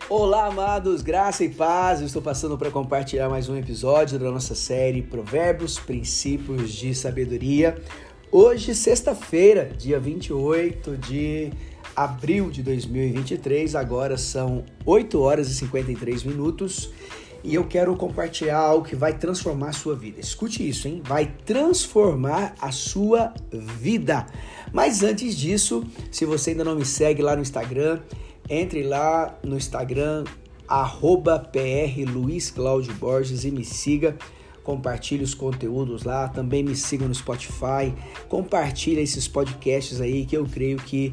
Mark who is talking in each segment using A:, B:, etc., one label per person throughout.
A: Olá, amados, graça e paz. Eu estou passando para compartilhar mais um episódio da nossa série Provérbios, Princípios de Sabedoria. Hoje, sexta-feira, dia 28 de abril de 2023, agora são 8 horas e 53 minutos e eu quero compartilhar algo que vai transformar a sua vida. Escute isso, hein? Vai transformar a sua vida. Mas antes disso, se você ainda não me segue lá no Instagram, entre lá no Instagram, @PRLuizClaudio Borges e me siga, compartilhe os conteúdos lá, também me siga no Spotify, compartilhe esses podcasts aí que eu creio que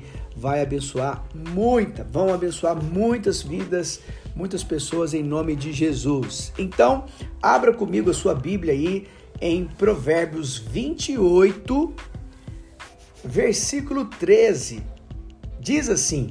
A: vão abençoar muitas vidas, muitas pessoas em nome de Jesus. Então, abra comigo a sua Bíblia aí em Provérbios 28, versículo 13, diz assim: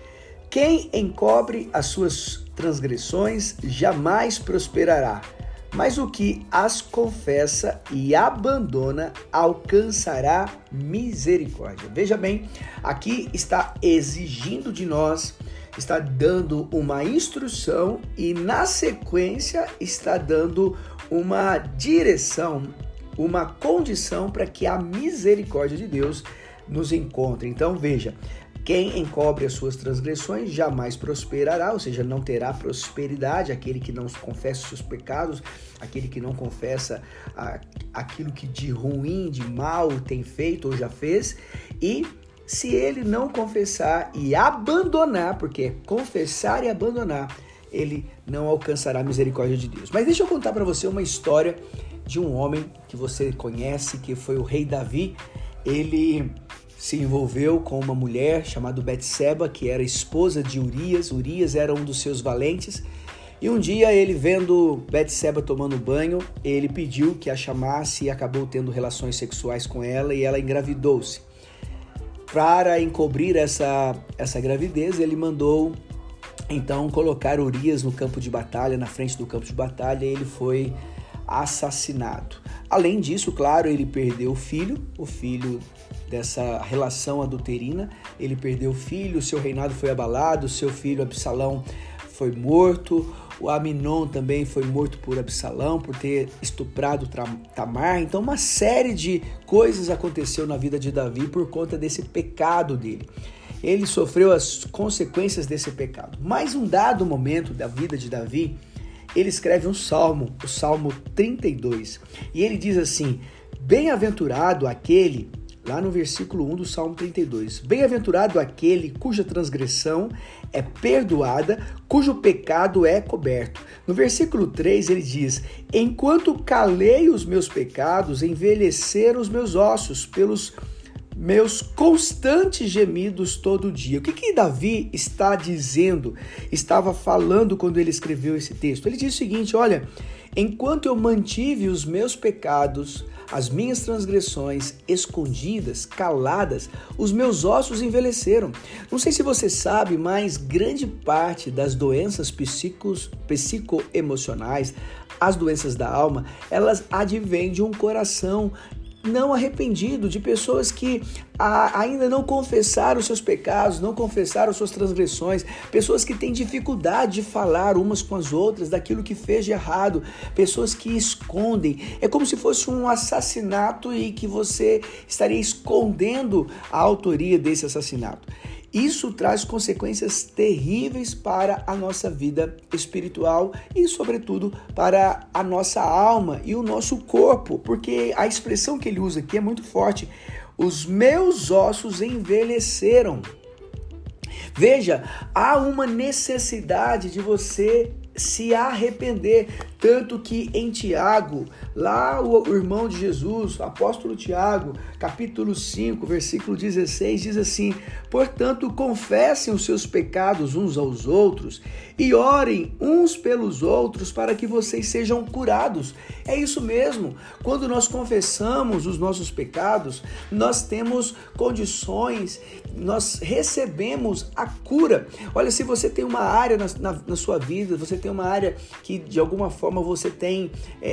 A: quem encobre as suas transgressões jamais prosperará, mas o que as confessa e abandona alcançará misericórdia. Veja bem, aqui está exigindo de nós, está dando uma instrução e na sequência está dando uma direção, uma condição para que a misericórdia de Deus nos encontre. Então veja, quem encobre as suas transgressões jamais prosperará, ou seja, não terá prosperidade. Aquele que não confessa os seus pecados, aquele que não confessa aquilo que de ruim, de mal tem feito ou já fez. E se ele não confessar e abandonar, porque é confessar e abandonar, ele não alcançará a misericórdia de Deus. Mas deixa eu contar para você uma história de um homem que você conhece, que foi o rei Davi. Ele se envolveu com uma mulher chamada Betseba, que era esposa de Urias. Urias era um dos seus valentes. E um dia ele, vendo Betseba tomando banho, ele pediu que a chamasse e acabou tendo relações sexuais com ela e ela engravidou-se. Para encobrir essa gravidez, ele mandou então colocar Urias no campo de batalha, na frente do campo de batalha, e ele foi assassinado. Além disso, claro, ele perdeu o filho dessa relação adulterina, ele perdeu o filho, seu reinado foi abalado, seu filho Absalão foi morto, o Aminon também foi morto por Absalão, por ter estuprado Tamar. Então uma série de coisas aconteceu na vida de Davi por conta desse pecado dele. Ele sofreu as consequências desse pecado. Mas um dado momento da vida de Davi, ele escreve um salmo, o Salmo 32, e ele diz assim: bem-aventurado aquele, lá no versículo 1 do Salmo 32, bem-aventurado aquele cuja transgressão é perdoada, cujo pecado é coberto. No versículo 3 ele diz: enquanto calei os meus pecados, envelheceram os meus ossos pelos meus constantes gemidos todo dia. O que Davi está dizendo, estava falando quando ele escreveu esse texto? Ele diz o seguinte: olha, enquanto eu mantive os meus pecados, as minhas transgressões escondidas, caladas, os meus ossos envelheceram. Não sei se você sabe, mas grande parte das doenças psicoemocionais, as doenças da alma, elas advêm de um coração não arrependido, de pessoas que ainda não confessaram os seus pecados, não confessaram suas transgressões, pessoas que têm dificuldade de falar umas com as outras daquilo que fez de errado, pessoas que escondem. É como se fosse um assassinato e que você estaria escondendo a autoria desse assassinato. Isso traz consequências terríveis para a nossa vida espiritual e, sobretudo, para a nossa alma e o nosso corpo, porque a expressão que ele usa aqui é muito forte: os meus ossos envelheceram. Veja, há uma necessidade de você se arrepender, tanto que em Tiago, lá o irmão de Jesus, o apóstolo Tiago, capítulo 5, versículo 16, diz assim: portanto, confessem os seus pecados uns aos outros e orem uns pelos outros para que vocês sejam curados. É isso mesmo, quando nós confessamos os nossos pecados, nós temos condições, nós recebemos a cura. Olha, se você tem uma área na sua vida, você tem tem uma área que de alguma forma você tem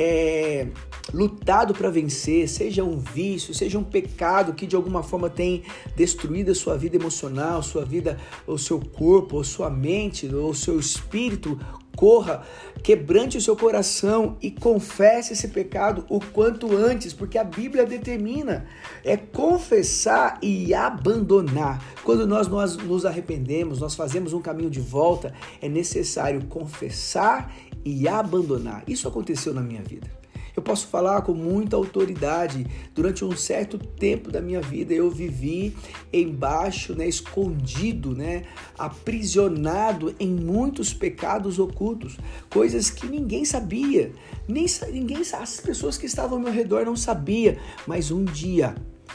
A: lutado para vencer, seja um vício, seja um pecado que de alguma forma tem destruído a sua vida emocional, sua vida, o seu corpo, ou sua mente, ou seu espírito, corra, quebrante o seu coração e confesse esse pecado o quanto antes, porque a Bíblia determina, confessar e abandonar. Quando nós nos arrependemos, nós fazemos um caminho de volta, é necessário confessar e abandonar. Isso aconteceu na minha vida. Eu posso falar com muita autoridade. Durante um certo tempo da minha vida, eu vivi embaixo, escondido, aprisionado em muitos pecados ocultos, coisas que ninguém sabia, as pessoas que estavam ao meu redor não sabiam, mas um dia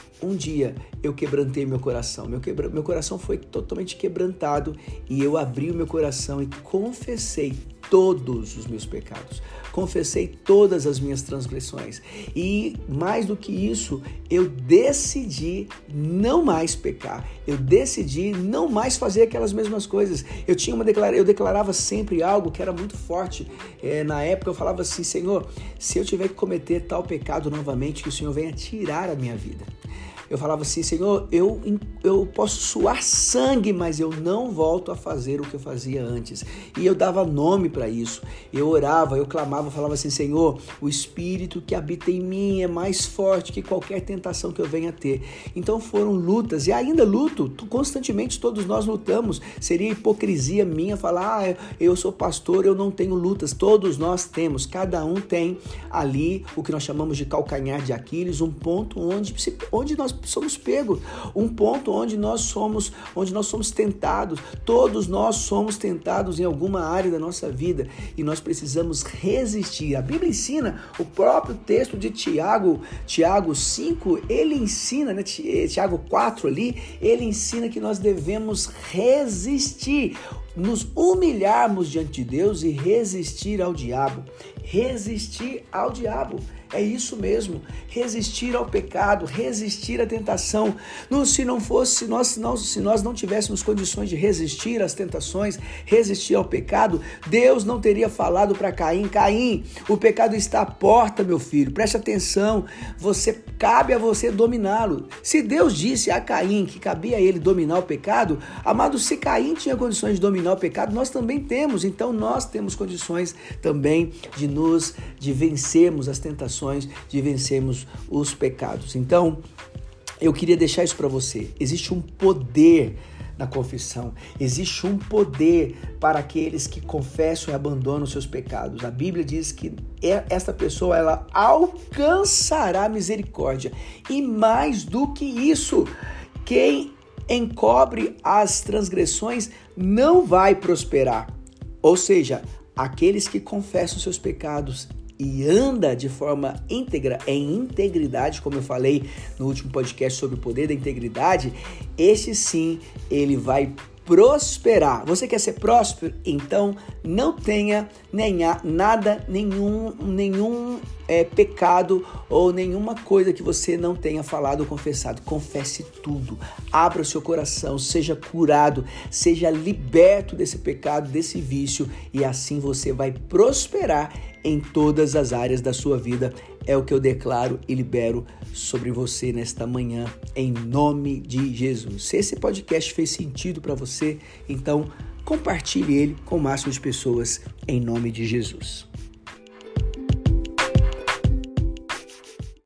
A: eu quebrantei meu coração. Meu coração foi totalmente quebrantado e eu abri o meu coração e confessei todos os meus pecados. Confessei todas as minhas transgressões. E mais do que isso, eu decidi não mais pecar. Eu decidi não mais fazer aquelas mesmas coisas. Eu declarava sempre algo que era muito forte. Na época eu falava assim: Senhor, se eu tiver que cometer tal pecado novamente, que o Senhor venha tirar a minha vida. Eu falava assim: Senhor, eu posso suar sangue, mas eu não volto a fazer o que eu fazia antes. E eu dava nome para isso. Eu orava, eu clamava, falava assim: Senhor, o Espírito que habita em mim é mais forte que qualquer tentação que eu venha a ter. Então foram lutas, e ainda luto, constantemente todos nós lutamos. Seria hipocrisia minha falar: eu sou pastor, eu não tenho lutas. Todos nós temos, cada um tem ali o que nós chamamos de calcanhar de Aquiles, um ponto onde nós somos pegos, um ponto onde nós somos tentados. Todos nós somos tentados em alguma área da nossa vida e nós precisamos resistir. A Bíblia ensina, o próprio texto de Tiago 5, ele ensina, Tiago 4 ali, ele ensina que nós devemos resistir, nos humilharmos diante de Deus e resistir ao diabo. Resistir ao diabo. É isso mesmo, resistir ao pecado, resistir à tentação. Se nós não tivéssemos condições de resistir às tentações, resistir ao pecado, Deus não teria falado para Caim: Caim, o pecado está à porta, meu filho, preste atenção, cabe a você dominá-lo. Se Deus disse a Caim que cabia a ele dominar o pecado, amado, se Caim tinha condições de dominar o pecado, nós também temos. Então nós temos condições também de vencermos as tentações, de vencermos os pecados. Então, eu queria deixar isso para você. Existe um poder na confissão. Existe um poder para aqueles que confessam e abandonam os seus pecados. A Bíblia diz que esta pessoa, ela alcançará misericórdia. E mais do que isso, quem encobre as transgressões não vai prosperar. Ou seja, aqueles que confessam seus pecados e anda de forma íntegra, em integridade, como eu falei no último podcast sobre o poder da integridade, este sim, ele vai prosperar. Você quer ser próspero? Então não tenha nenhum pecado ou nenhuma coisa que você não tenha falado ou confessado. Confesse tudo. Abra o seu coração, seja curado, seja liberto desse pecado, desse vício, e assim você vai prosperar em todas as áreas da sua vida. É o que eu declaro e libero sobre você nesta manhã, em nome de Jesus. Se esse podcast fez sentido para você, então compartilhe ele com o máximo de pessoas, em nome de Jesus.